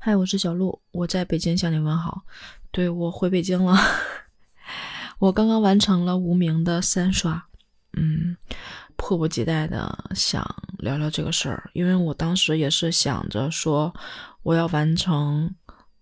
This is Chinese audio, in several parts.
嗨，我是小鹿，我在北京向你问好。对，我回北京了，我刚刚完成了无名的3刷，迫不及待的想聊聊这个事儿，因为我当时也是想着说，我要完成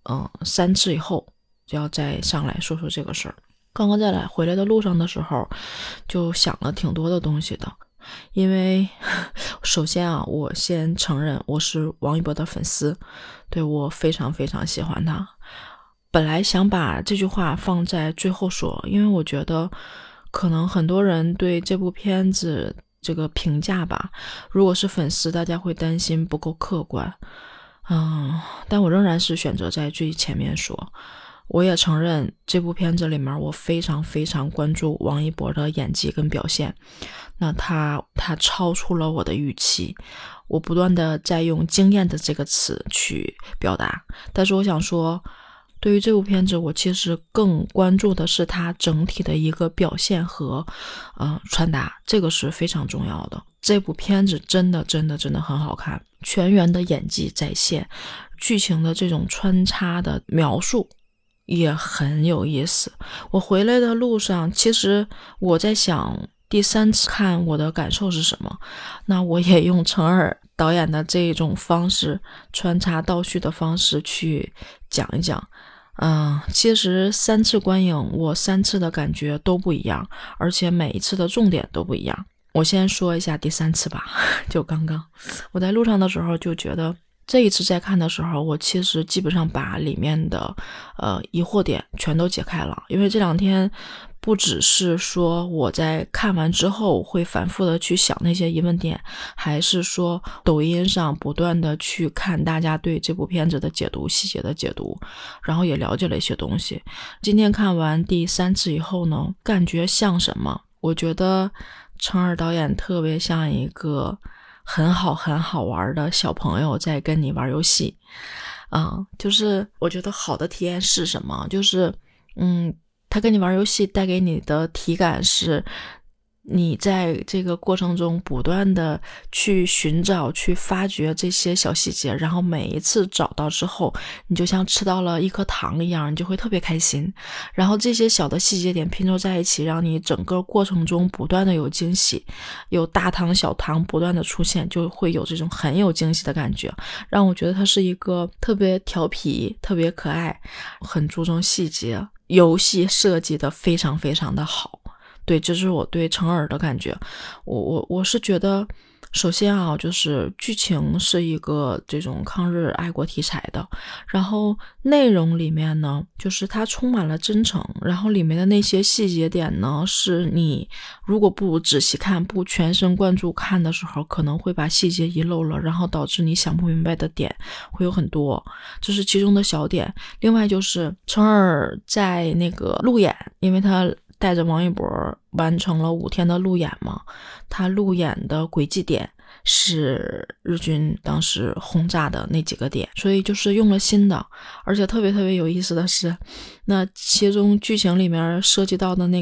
3次以后，就要再上来说说这个事儿。刚刚在回来的路上的时候，就想了挺多的东西的。因为首先啊，我先承认我是王一博的粉丝，对，我非常非常喜欢他。本来想把这句话放在最后说，因为我觉得可能很多人对这部片子这个评价吧，如果是粉丝，大家会担心不够客观。但我仍然是选择在最前面说。我也承认这部片子里面我非常非常关注王一博的演技跟表现，那他超出了我的预期，我不断的在用惊艳的这个词去表达。但是我想说，对于这部片子我其实更关注的是他整体的一个表现和传达，这个是非常重要的。这部片子真的很好看，全员的演技在线，剧情的这种穿插的描述也很有意思。我回来的路上，其实我在想第3次看我的感受是什么，那我也用程耳导演的这种方式，穿插倒叙的方式去讲一讲。其实3次观影，我3次的感觉都不一样，而且每一次的重点都不一样。我先说一下第3次吧，就刚刚我在路上的时候就觉得，这一次再看的时候，我其实基本上把里面的疑惑点全都解开了。因为这2天不只是说我在看完之后会反复的去想那些疑问点，还是说抖音上不断的去看大家对这部片子的解读，细节的解读，然后也了解了一些东西。今天看完第3次以后呢，感觉像什么？我觉得程耳导演特别像一个很好玩的小朋友在跟你玩游戏。就是我觉得好的体验是什么？就是他跟你玩游戏带给你的体感是，你在这个过程中不断的去寻找去发掘这些小细节，然后每一次找到之后，你就像吃到了一颗糖一样，你就会特别开心。然后这些小的细节点拼凑在一起，让你整个过程中不断的有惊喜，有大糖小糖不断的出现，就会有这种很有惊喜的感觉，让我觉得它是一个特别调皮特别可爱，很注重细节，游戏设计的非常非常的好。对，这是我对程耳的感觉。我是觉得，首先啊，就是剧情是一个这种抗日爱国题材的，然后内容里面呢，就是它充满了真诚，然后里面的那些细节点呢，是你如果不仔细看，不全神贯注看的时候，可能会把细节遗漏了，然后导致你想不明白的点会有很多，这是其中的小点。另外就是程耳在那个路演，因为他带着王一博完成了5天的路演嘛，他路演的轨迹点是日军当时轰炸的那几个点，所以就是用了新的。而且特别有意思的是，那其中剧情里面涉及到的那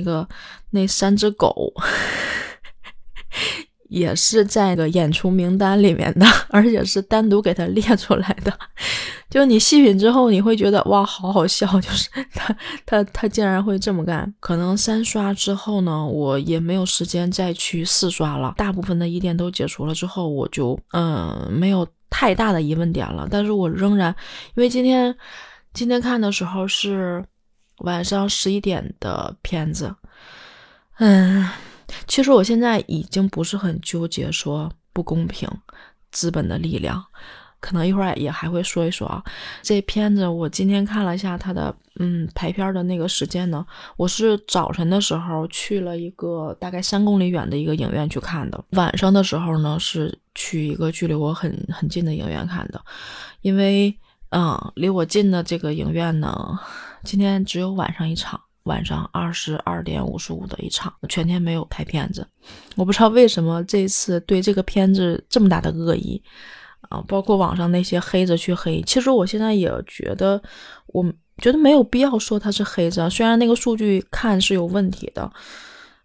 3只狗也是在个演出名单里面的，而且是单独给它列出来的。就你细品之后，你会觉得哇，好好笑，就是他竟然会这么干。可能3刷之后呢，我也没有时间再去4刷了，大部分的疑点都解除了之后，我就没有太大的疑问点了。但是我仍然，因为今天看的时候是晚上11点的片子，其实我现在已经不是很纠结说不公平，资本的力量。可能一会儿也还会说一说啊，这片子我今天看了一下它的排片的那个时间呢，我是早晨的时候去了一个大概3公里远的一个影院去看的，晚上的时候呢是去一个距离我很近的影院看的。因为离我近的这个影院呢，今天只有晚上一场，晚上22点55的一场，全天没有排片子。我不知道为什么这次对这个片子这么大的恶意包括网上那些黑子去黑，其实我现在也觉得，我觉得没有必要说它是黑子，虽然那个数据看是有问题的，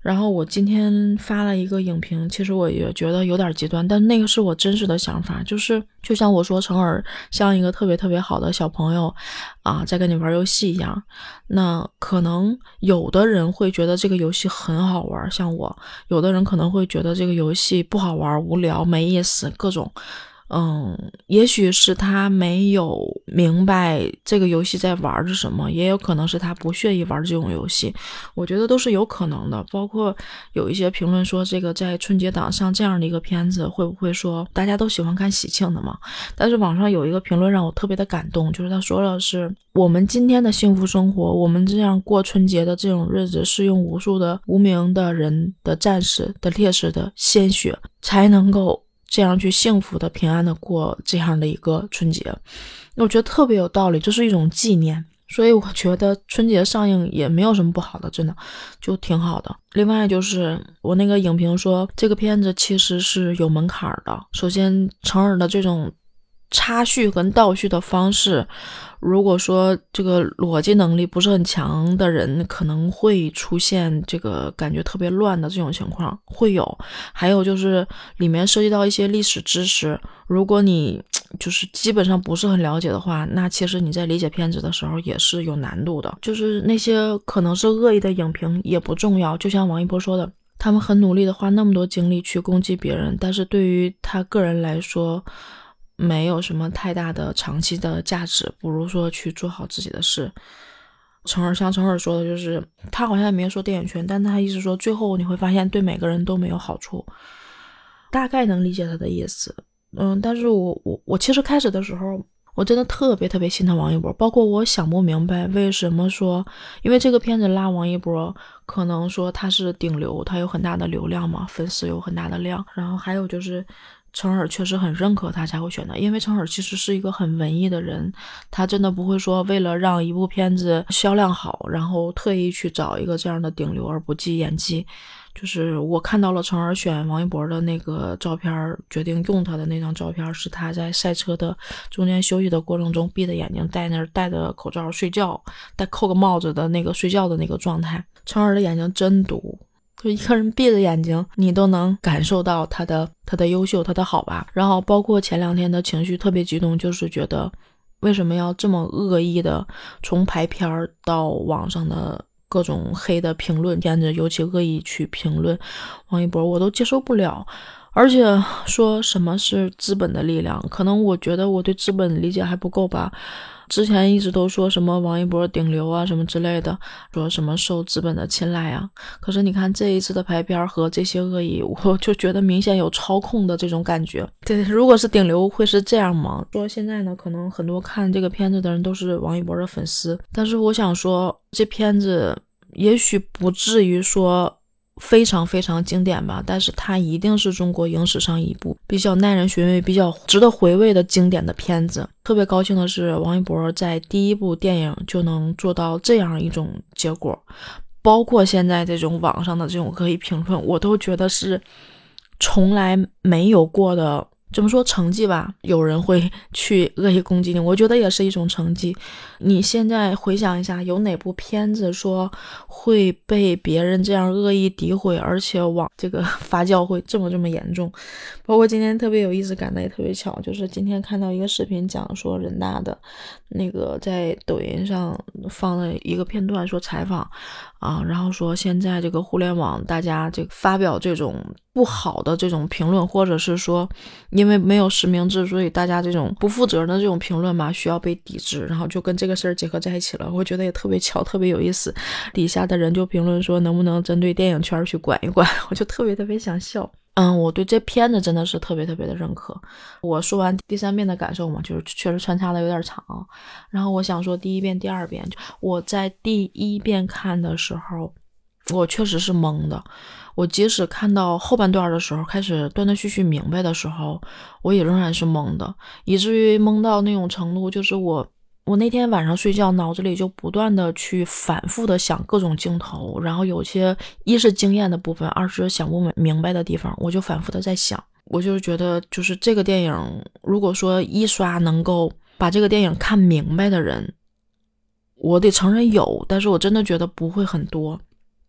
然后我今天发了一个影评，其实我也觉得有点极端，但那个是我真实的想法，就是就像我说成尔像一个特别特别好的小朋友在跟你玩游戏一样，那可能有的人会觉得这个游戏很好玩，像我，有的人可能会觉得这个游戏不好玩、无聊、没意思，各种也许是他没有明白这个游戏在玩着什么，也有可能是他不屑于玩这种游戏，我觉得都是有可能的。包括有一些评论说这个在春节档上这样的一个片子，会不会说大家都喜欢看喜庆的嘛？但是网上有一个评论让我特别的感动，就是他说的是我们今天的幸福生活，我们这样过春节的这种日子，是用无数的无名的人的战士的烈士的鲜血才能够这样去幸福的平安的过这样的一个春节，我觉得特别有道理，这是一种纪念，所以我觉得春节上映也没有什么不好的，真的就挺好的。另外就是我那个影评说这个片子其实是有门槛的，首先成尔的这种插叙跟倒叙的方式，如果说这个逻辑能力不是很强的人，可能会出现这个感觉特别乱的这种情况，会有。还有就是里面涉及到一些历史知识，如果你就是基本上不是很了解的话，那其实你在理解片子的时候也是有难度的。就是那些可能是恶意的影评也不重要，就像王一博说的，他们很努力的花那么多精力去攻击别人，但是对于他个人来说没有什么太大的长期的价值，不如说去做好自己的事。像成尔说的，就是他好像也没有说电影圈，但他意思说最后你会发现对每个人都没有好处，大概能理解他的意思。但是我其实开始的时候我真的特别特别心疼王一博，包括我想不明白为什么说，因为这个片子拉王一博，可能说他是顶流，他有很大的流量嘛，粉丝有很大的量，然后还有就是成尔确实很认可他才会选的，因为成尔其实是一个很文艺的人，他真的不会说为了让一部片子销量好，然后特意去找一个这样的顶流而不计演技。就是我看到了成尔选王一博的那个照片，决定用他的那张照片是他在赛车的中间休息的过程中闭着眼睛戴着口罩睡觉，扣个帽子的那个睡觉的那个状态。成尔的眼睛真毒，就一个人闭着眼睛你都能感受到他的优秀，他的好吧。然后包括前2天的情绪特别激动，就是觉得为什么要这么恶意的从排片到网上的各种黑的评论片子，尤其恶意去评论王一博，我都接受不了。而且说什么是资本的力量，可能我觉得我对资本理解还不够吧。之前一直都说什么王一博顶流啊什么之类的，说什么受资本的青睐啊，可是你看这一次的排片和这些恶意，我就觉得明显有操控的这种感觉。对，如果是顶流会是这样吗？说现在呢可能很多看这个片子的人都是王一博的粉丝，但是我想说这片子也许不至于说非常非常经典吧，但是它一定是中国影史上一部比较耐人寻味、比较值得回味的经典的片子。特别高兴的是王一博在第一部电影就能做到这样一种结果，包括现在这种网上的这种恶意评论，我都觉得是从来没有过的，怎么说成绩吧，有人会去恶意攻击你，我觉得也是一种成绩。你现在回想一下，有哪部片子说会被别人这样恶意诋毁，而且往这个发酵会这么严重。包括今天特别有意思，赶得也特别巧，就是今天看到一个视频讲说人大的那个在抖音上放了一个片段，说采访然后说现在这个互联网大家这个发表这种不好的这种评论，或者是说因为没有实名制，所以大家这种不负责任的这种评论嘛需要被抵制，然后就跟这个事儿结合在一起了。我觉得也特别巧，特别有意思。底下的人就评论说能不能针对电影圈去管一管，我就特别特别想笑。我对这片子真的是特别特别的认可。我说完第3遍的感受嘛，就是确实穿插的有点长，然后我想说第1遍第2遍，我在第1遍看的时候我确实是懵的，我即使看到后半段的时候开始断断续续明白的时候，我也仍然是懵的，以至于懵到那种程度，就是我那天晚上睡觉脑子里就不断的去反复的想各种镜头，然后有些一是惊艳的部分，二是想不明白的地方，我就反复的在想。我就是觉得就是这个电影如果说一刷能够把这个电影看明白的人，我得承认有，但是我真的觉得不会很多。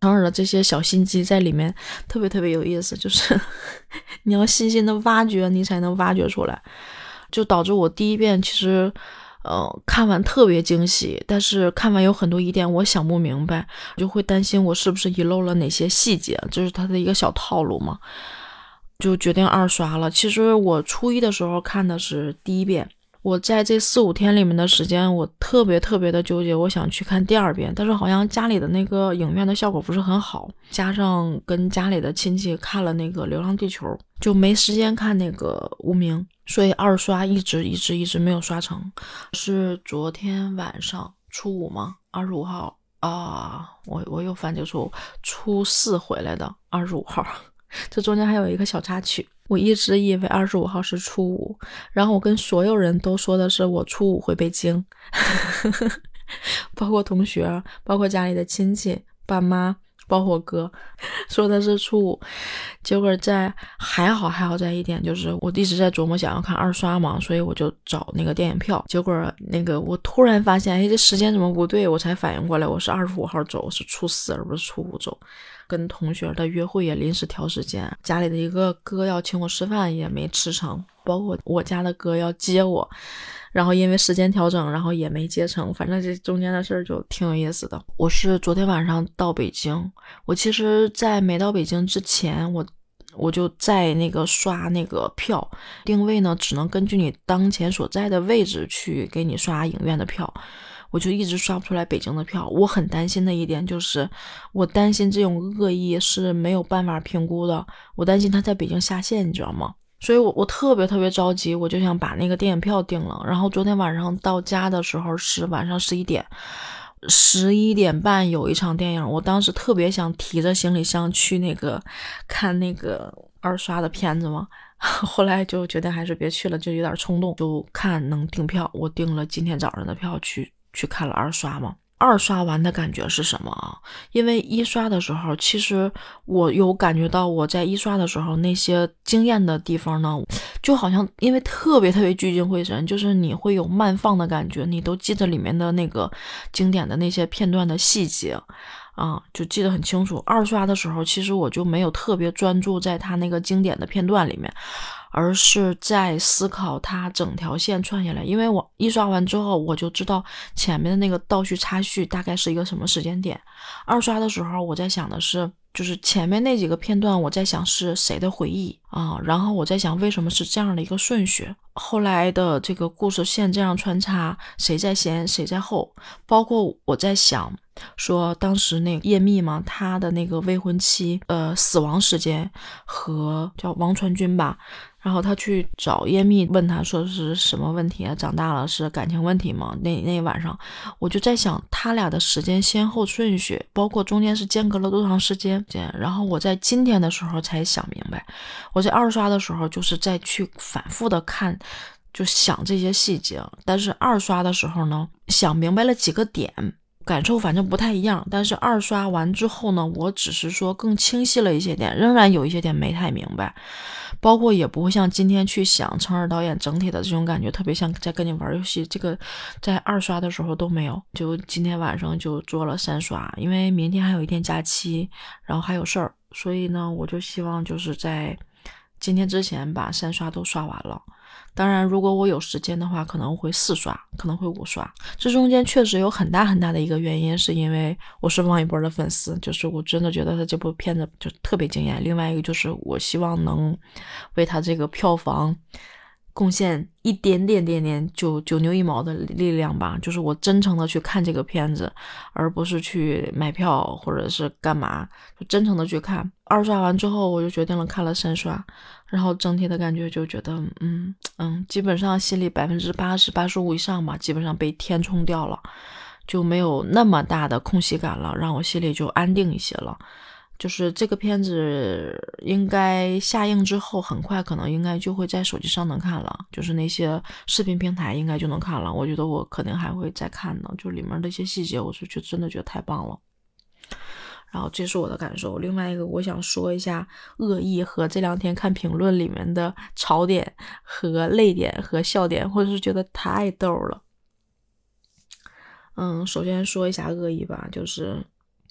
成尔的这些小心机在里面特别特别有意思，就是你要细心的挖掘，你才能挖掘出来，就导致我第一遍其实看完特别惊喜，但是看完有很多疑点我想不明白，我就会担心我是不是遗漏了哪些细节，这是他的一个小套路嘛，就决定二刷了。其实我初一的时候看的是第一遍，我在这4-5天里面的时间，我特别特别的纠结，我想去看第2遍，但是好像家里的那个影院的效果不是很好，加上跟家里的亲戚看了那个《流浪地球》，就没时间看那个《无名》，所以二刷一直没有刷成。是昨天晚上初5吗？25号啊，我又犯这个错误，初4回来的25号，这中间还有一个小插曲。我一直以为25号是初5，然后我跟所有人都说的是我初5回北京包括同学，包括家里的亲戚，爸妈，包括我哥，说的是初5。结果还好在一点，就是我一直在琢磨想要看二刷嘛，所以我就找那个电影票，结果那个我突然发现这时间怎么不对，我才反应过来我是25号走，是初4而不是初5走。跟同学的约会也临时调时间，家里的一个哥要请我吃饭也没吃成，包括我家的哥要接我，然后因为时间调整，然后也没接成，反正这中间的事儿就挺有意思的。我是昨天晚上到北京，我其实在没到北京之前，我就在那个刷那个票，定位呢只能根据你当前所在的位置去给你刷影院的票，我就一直刷不出来北京的票。我很担心的一点就是，我担心这种恶意是没有办法评估的，我担心他在北京下线，你知道吗？所以我特别特别着急，我就想把那个电影票订了。然后昨天晚上到家的时候是晚上11点，11点半有一场电影，我当时特别想提着行李箱去那个看那个二刷的片子嘛，后来就决定还是别去了，就有点冲动，就看能订票。我订了今天早上的票去看了二刷嘛。二刷完的感觉是什么啊？因为一刷的时候，其实我有感觉到我在一刷的时候那些惊艳的地方呢，就好像因为特别特别聚精会神，就是你会有慢放的感觉，你都记得里面的那个经典的那些片段的细节啊，就记得很清楚。二刷的时候，其实我就没有特别专注在它那个经典的片段里面，而是在思考它整条线串下来。因为我一刷完之后，我就知道前面的那个倒叙插叙大概是一个什么时间点。二刷的时候，我在想的是，就是前面那几个片段，我在想是谁的回忆啊，然后我在想为什么是这样的一个顺序，后来的这个故事线这样穿插，谁在先谁在后，包括我在想说当时那个叶密嘛，他的那个未婚妻死亡时间和叫王传君吧，然后他去找叶密问他说是什么问题啊，长大了是感情问题吗？那晚上我就在想他俩的时间先后顺序，包括中间是间隔了多长时间，然后我在今天的时候才想明白，我在二刷的时候就是再去反复的看，就想这些细节，但是二刷的时候呢，想明白了几个点，感受反正不太一样，但是二刷完之后呢，我只是说更清晰了一些点，仍然有一些点没太明白，包括也不会像今天去想成尔导演整体的这种感觉，特别像在跟你玩游戏，这个在二刷的时候都没有，就今天晚上就做了3刷，因为明天还有一天假期，然后还有事儿，所以呢，我就希望就是在今天之前把3刷都刷完了。当然如果我有时间的话可能会4刷，可能会5刷。这中间确实有很大很大的一个原因是因为我是王一博的粉丝，就是我真的觉得他这部片子就特别惊艳，另外一个就是我希望能为他这个票房贡献一点点就9牛1毛的力量吧，就是我真诚的去看这个片子，而不是去买票或者是干嘛，就真诚的去看。二刷完之后我就决定了看了3刷，然后整体的感觉就觉得基本上心里80%、85%以上吧，基本上被填充掉了，就没有那么大的空隙感了，让我心里就安定一些了。就是这个片子应该下映之后很快可能应该就会在手机上能看了，就是那些视频平台应该就能看了，我觉得我肯定还会再看的，就里面的一些细节我是真的觉得太棒了。然后这是我的感受。另外一个我想说一下恶意和这2天看评论里面的槽点和泪点和笑点，或者是觉得太逗了。首先说一下恶意吧，就是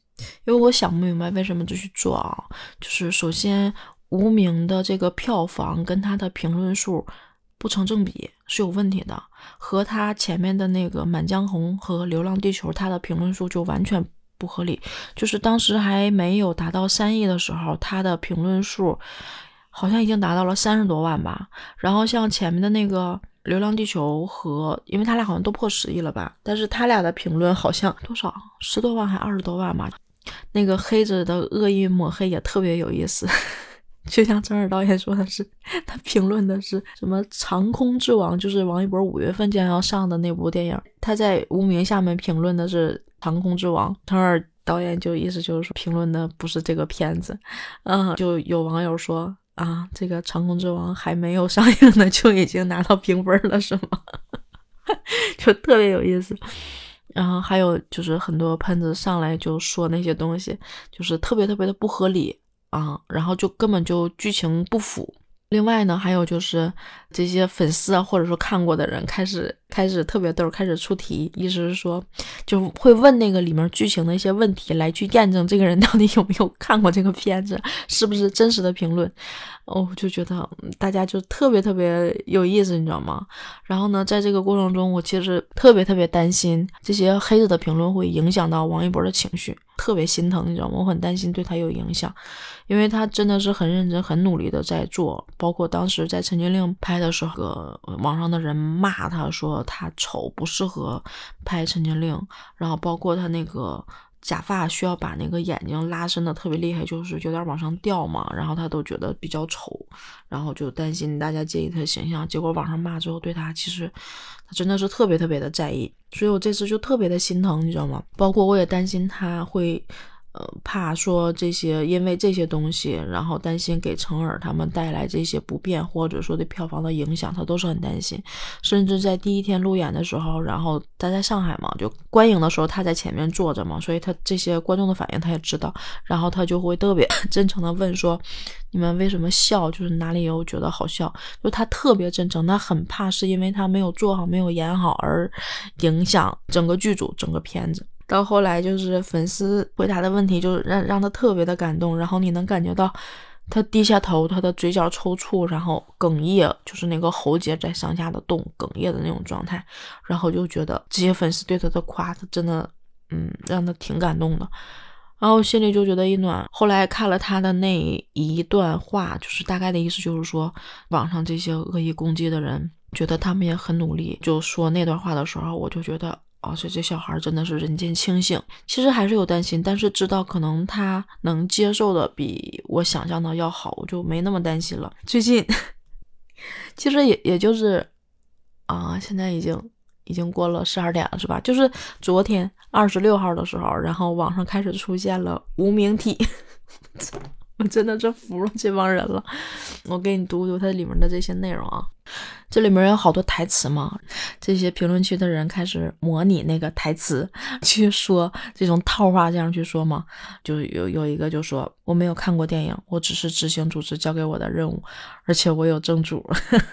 因为我想不明白为什么这去做啊。就是首先无名的这个票房跟他的评论数不成正比，是有问题的，和他前面的那个《满江红》和《流浪地球》他的评论数就完全不合理。就是当时还没有达到3亿的时候，他的评论数好像已经达到了30多万吧。然后像前面的那个流浪地球和，因为他俩好像都破10亿了吧，但是他俩的评论好像多少10多万还20多万吧。那个黑子的恶意抹黑也特别有意思就像陈耳导演说的是，他评论的是什么长空之王，就是王一博5月份将要上的那部电影，他在无名下面评论的是长空之王，陈耳导演就意思就是说评论的不是这个片子。就有网友说啊，这个长空之王还没有上映呢就已经拿到评分了是吗就特别有意思。然后还有就是很多喷子上来就说那些东西就是特别特别的不合理然后就根本就剧情不符。另外呢，还有就是这些粉丝或者说看过的人开始特别逗，开始出题，意思是说就会问那个里面剧情的一些问题来去验证这个人到底有没有看过这个片子，是不是真实的评论。我就觉得大家就特别特别有意思，你知道吗？然后呢，在这个过程中我其实特别特别担心这些黑子的评论会影响到王一博的情绪，特别心疼，你知道吗？我很担心对他有影响，因为他真的是很认真很努力的在做。包括当时在陈情令拍的时候，网上的人骂他说他丑不适合拍陈情令，然后包括他那个假发需要把那个眼睛拉伸的特别厉害，就是有点往上掉嘛，然后他都觉得比较丑，然后就担心大家介意他的形象，结果网上骂之后对他其实他真的是特别特别的在意，所以我这次就特别的心疼，你知道吗？包括我也担心他会怕说这些，因为这些东西然后担心给陈耳他们带来这些不便，或者说对票房的影响，他都是很担心。甚至在第一天路演的时候，然后他在上海嘛，就观影的时候他在前面坐着嘛，所以他这些观众的反应他也知道，然后他就会特别真诚的问说你们为什么笑，就是哪里有觉得好笑，就他特别真诚，他很怕是因为他没有做好没有演好而影响整个剧组整个片子。到后来就是粉丝回答的问题就让他特别的感动，然后你能感觉到他低下头，他的嘴角抽搐，然后哽咽，就是那个喉结在上下的动，哽咽的那种状态，然后就觉得这些粉丝对他的夸他真的让他挺感动的，然后心里就觉得一暖。后来看了他的那一段话，就是大概的意思就是说网上这些恶意攻击的人觉得他们也很努力，就说那段话的时候我就觉得这小孩真的是人间清醒。其实还是有担心，但是知道可能他能接受的比我想象的要好，我就没那么担心了。最近其实也就是现在已经过了12点了是吧，就是昨天26号的时候，然后网上开始出现了无名体我真的是服了这帮人了。我给你读读它里面的这些内容啊，这里面有好多台词嘛，这些评论区的人开始模拟那个台词去说这种套话，这样去说嘛。就有一个就说我没有看过电影，我只是执行组织交给我的任务，而且我有正主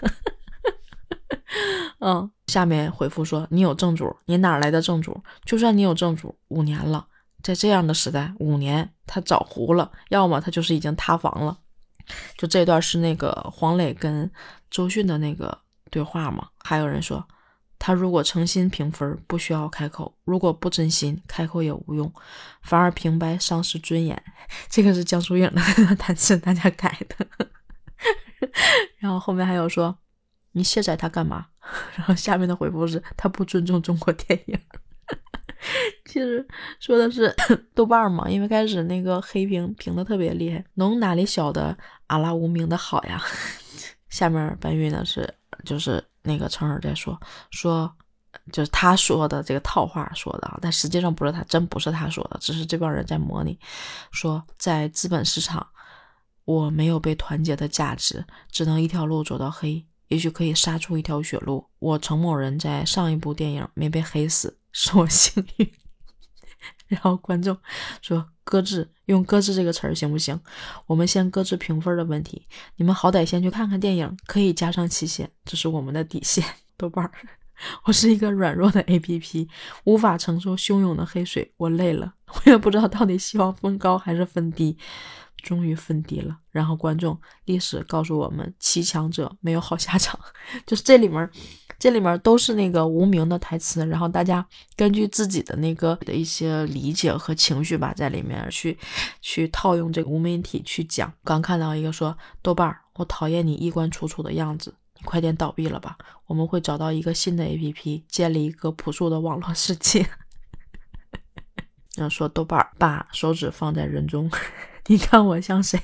下面回复说你有正主，你哪来的正主？就算你有正主5年了，在这样的时代5年他早糊了，要么他就是已经塌房了。就这段是那个黄磊跟周迅的那个对话嘛。还有人说他如果诚心评分不需要开口，如果不真心开口也无用，反而平白丧失尊严。这个是江疏影的台词，大家改的然后后面还有说你卸载他干嘛，然后下面的回复是他不尊重中国电影其实说的是豆瓣嘛，因为开始那个黑评评的特别厉害，侬哪里晓得阿拉无名的好呀下面搬运的是就是那个陈耳在说就是他说的这个套话说的但实际上不是他，真不是他说的，只是这帮人在模拟。说在资本市场我没有被团结的价值，只能一条路走到黑，也许可以杀出一条血路，我程某人在上一部电影没被黑死，是我幸运然后观众说搁置，用搁置这个词儿行不行？我们先搁置评分的问题，你们好歹先去看看电影，可以加上期限，这是我们的底线。豆瓣我是一个软弱的 APP， 无法承受汹涌的黑水，我累了，我也不知道到底希望分高还是分低，终于分低了。然后观众，历史告诉我们，骑强者没有好下场。就是这里面都是那个无名的台词，然后大家根据自己的那个的一些理解和情绪吧，在里面去套用这个无名体去讲。刚看到一个说，豆瓣，我讨厌你衣冠楚楚的样子，你快点倒闭了吧，我们会找到一个新的 APP， 建立一个朴素的网络世界。然后说，豆瓣，把手指放在人中，你看我像谁？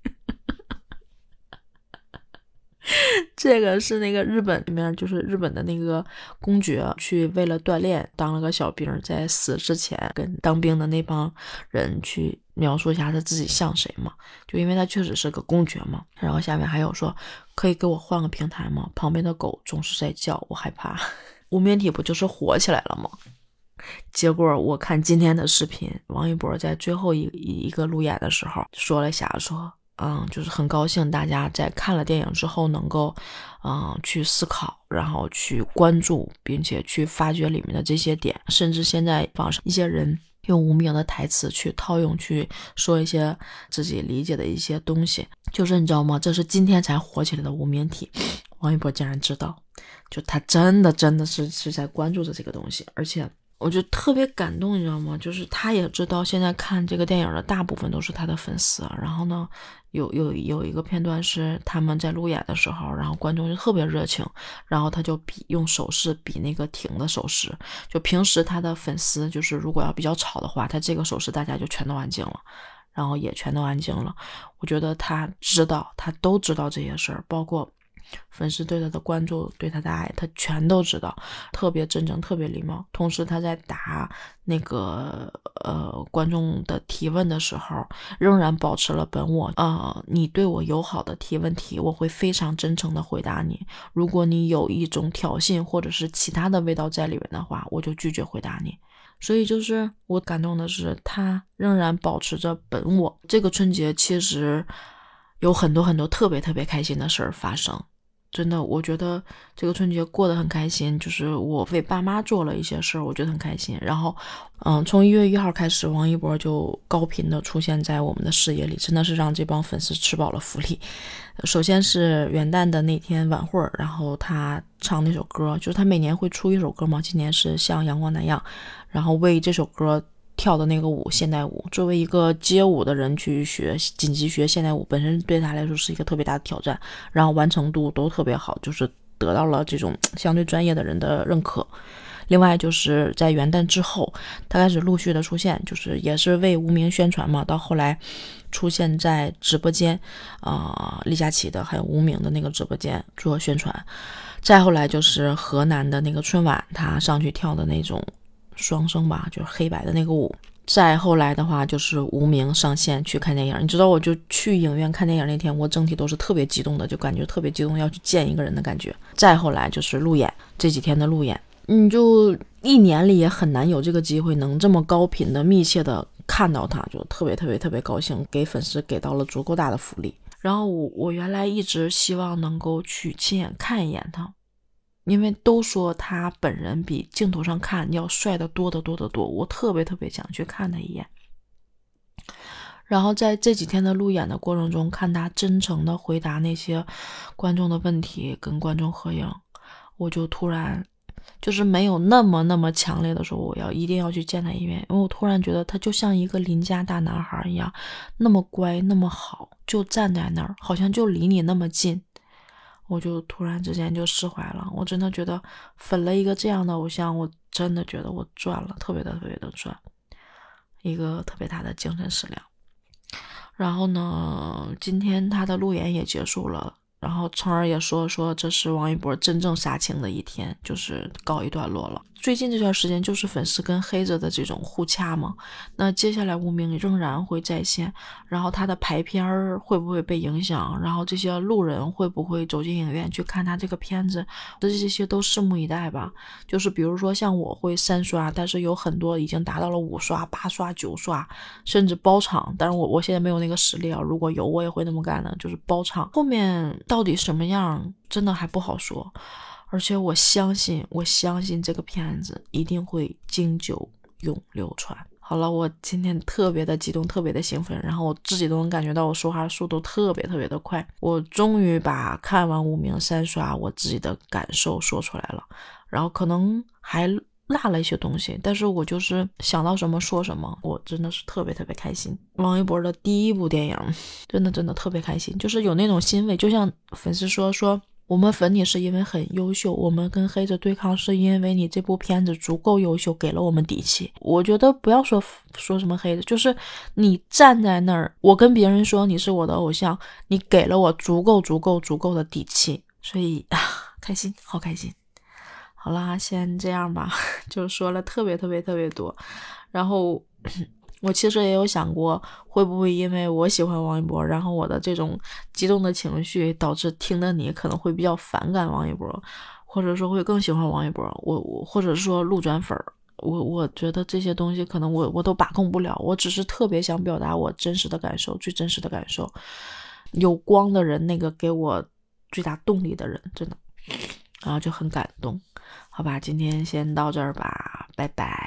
这个是那个日本里面，就是日本的那个公爵去为了锻炼当了个小兵，在死之前跟当兵的那帮人去描述一下他自己像谁嘛，就因为他确实是个公爵嘛。然后下面还有说，可以给我换个平台吗？旁边的狗总是在叫，我害怕。无名体不就是火起来了吗？结果我看今天的视频，王一博在最后一个路演的时候说了一下，说就是很高兴大家在看了电影之后能够去思考，然后去关注，并且去发掘里面的这些点，甚至现在网上一些人用无名的台词去套用，去说一些自己理解的一些东西。就是你知道吗，这是今天才火起来的无名体，王一博竟然知道，就他真的是在关注着这个东西。而且我就特别感动，你知道吗？就是他也知道现在看这个电影的大部分都是他的粉丝。然后呢，有一个片段是他们在路演的时候，然后观众就特别热情，然后他就用手势比那个停的手势。就平时他的粉丝就是如果要比较吵的话，他这个手势大家就全都安静了，然后也全都安静了。我觉得他都知道这些事儿，包括粉丝对他的关注，对他的爱，他全都知道，特别真诚，特别礼貌。同时他在答那个观众的提问的时候，仍然保持了本我。你对我友好的提问题，我会非常真诚的回答你。如果你有一种挑衅或者是其他的味道在里面的话，我就拒绝回答你。所以就是我感动的是，他仍然保持着本我。这个春节其实有很多很多特别特别开心的事儿发生。真的，我觉得这个春节过得很开心，就是我为爸妈做了一些事儿，我觉得很开心。然后从1月1号开始，王一博就高频的出现在我们的视野里，真的是让这帮粉丝吃饱了福利。首先是元旦的那天晚会，然后他唱那首歌，就是他每年会出一首歌嘛，今年是像阳光那样，然后为这首歌跳的那个舞，现代舞。作为一个街舞的人去紧急学现代舞，本身对他来说是一个特别大的挑战，然后完成度都特别好，就是得到了这种相对专业的人的认可。另外就是在元旦之后，他开始陆续的出现，就是也是为无名宣传嘛，到后来出现在直播间李佳琦的还有无名的那个直播间做宣传。再后来就是河南的那个春晚，他上去跳的那种双生吧，就是黑白的那个舞。再后来的话就是无名上线去看电影，你知道我就去影院看电影那天，我整体都是特别激动的，就感觉特别激动要去见一个人的感觉。再后来就是路演，这几天的路演，你就一年里也很难有这个机会能这么高频的密切的看到他，就特别特别特别高兴，给粉丝给到了足够大的福利。然后我原来一直希望能够去亲眼看一眼他，因为都说他本人比镜头上看要帅得多得多得多，我特别特别想去看他一眼。然后在这几天的路演的过程中，看他真诚的回答那些观众的问题，跟观众合影，我就突然就是没有那么强烈的说我一定要去见他一面，因为我突然觉得他就像一个邻家大男孩一样，那么乖那么好，就站在那儿，好像就离你那么近。我就突然之间就释怀了，我真的觉得粉了一个这样的偶像，我真的觉得我赚了，特别的赚，一个特别大的精神食粮。然后呢，今天他的路演也结束了，然后成儿也说这是王一博真正杀青的一天，就是告一段落了。最近这段时间就是粉丝跟黑子的这种互掐嘛，那接下来无名仍然会在线，然后他的排片会不会被影响，然后这些路人会不会走进影院去看他这个片子，这些都拭目以待吧。就是比如说像我会3刷，但是有很多已经达到了5刷、8刷、9刷，甚至包场，但是我现在没有那个实力啊，如果有我也会那么干的，就是包场。后面到底什么样真的还不好说。 而且我相信这个片子一定会经久永流传。好了，我今天特别的激动，特别的兴奋，然后我自己都能感觉到我说话速度特别的快。我终于把看完无名三刷我自己的感受说出来了，然后可能还落了一些东西，但是我就是想到什么说什么，我真的是特别开心。王一博的第一部电影真的特别开心，就是有那种欣慰，就像粉丝说我们粉你是因为很优秀，我们跟黑子对抗是因为你这部片子足够优秀，给了我们底气。我觉得不要说什么黑子，就是你站在那儿，我跟别人说你是我的偶像，你给了我足够的底气，所以开心，好开心。好啦，先这样吧，就说了特别多。然后我其实也有想过，会不会因为我喜欢王一博，然后我的这种激动的情绪导致听的你可能会比较反感王一博，或者说会更喜欢王一博，我或者说路转粉。我觉得这些东西可能我都把控不了，我只是特别想表达我真实的感受，最真实的感受。有光的人，那个给我最大动力的人，真的，然后就很感动。好吧，今天先到这儿吧，拜拜。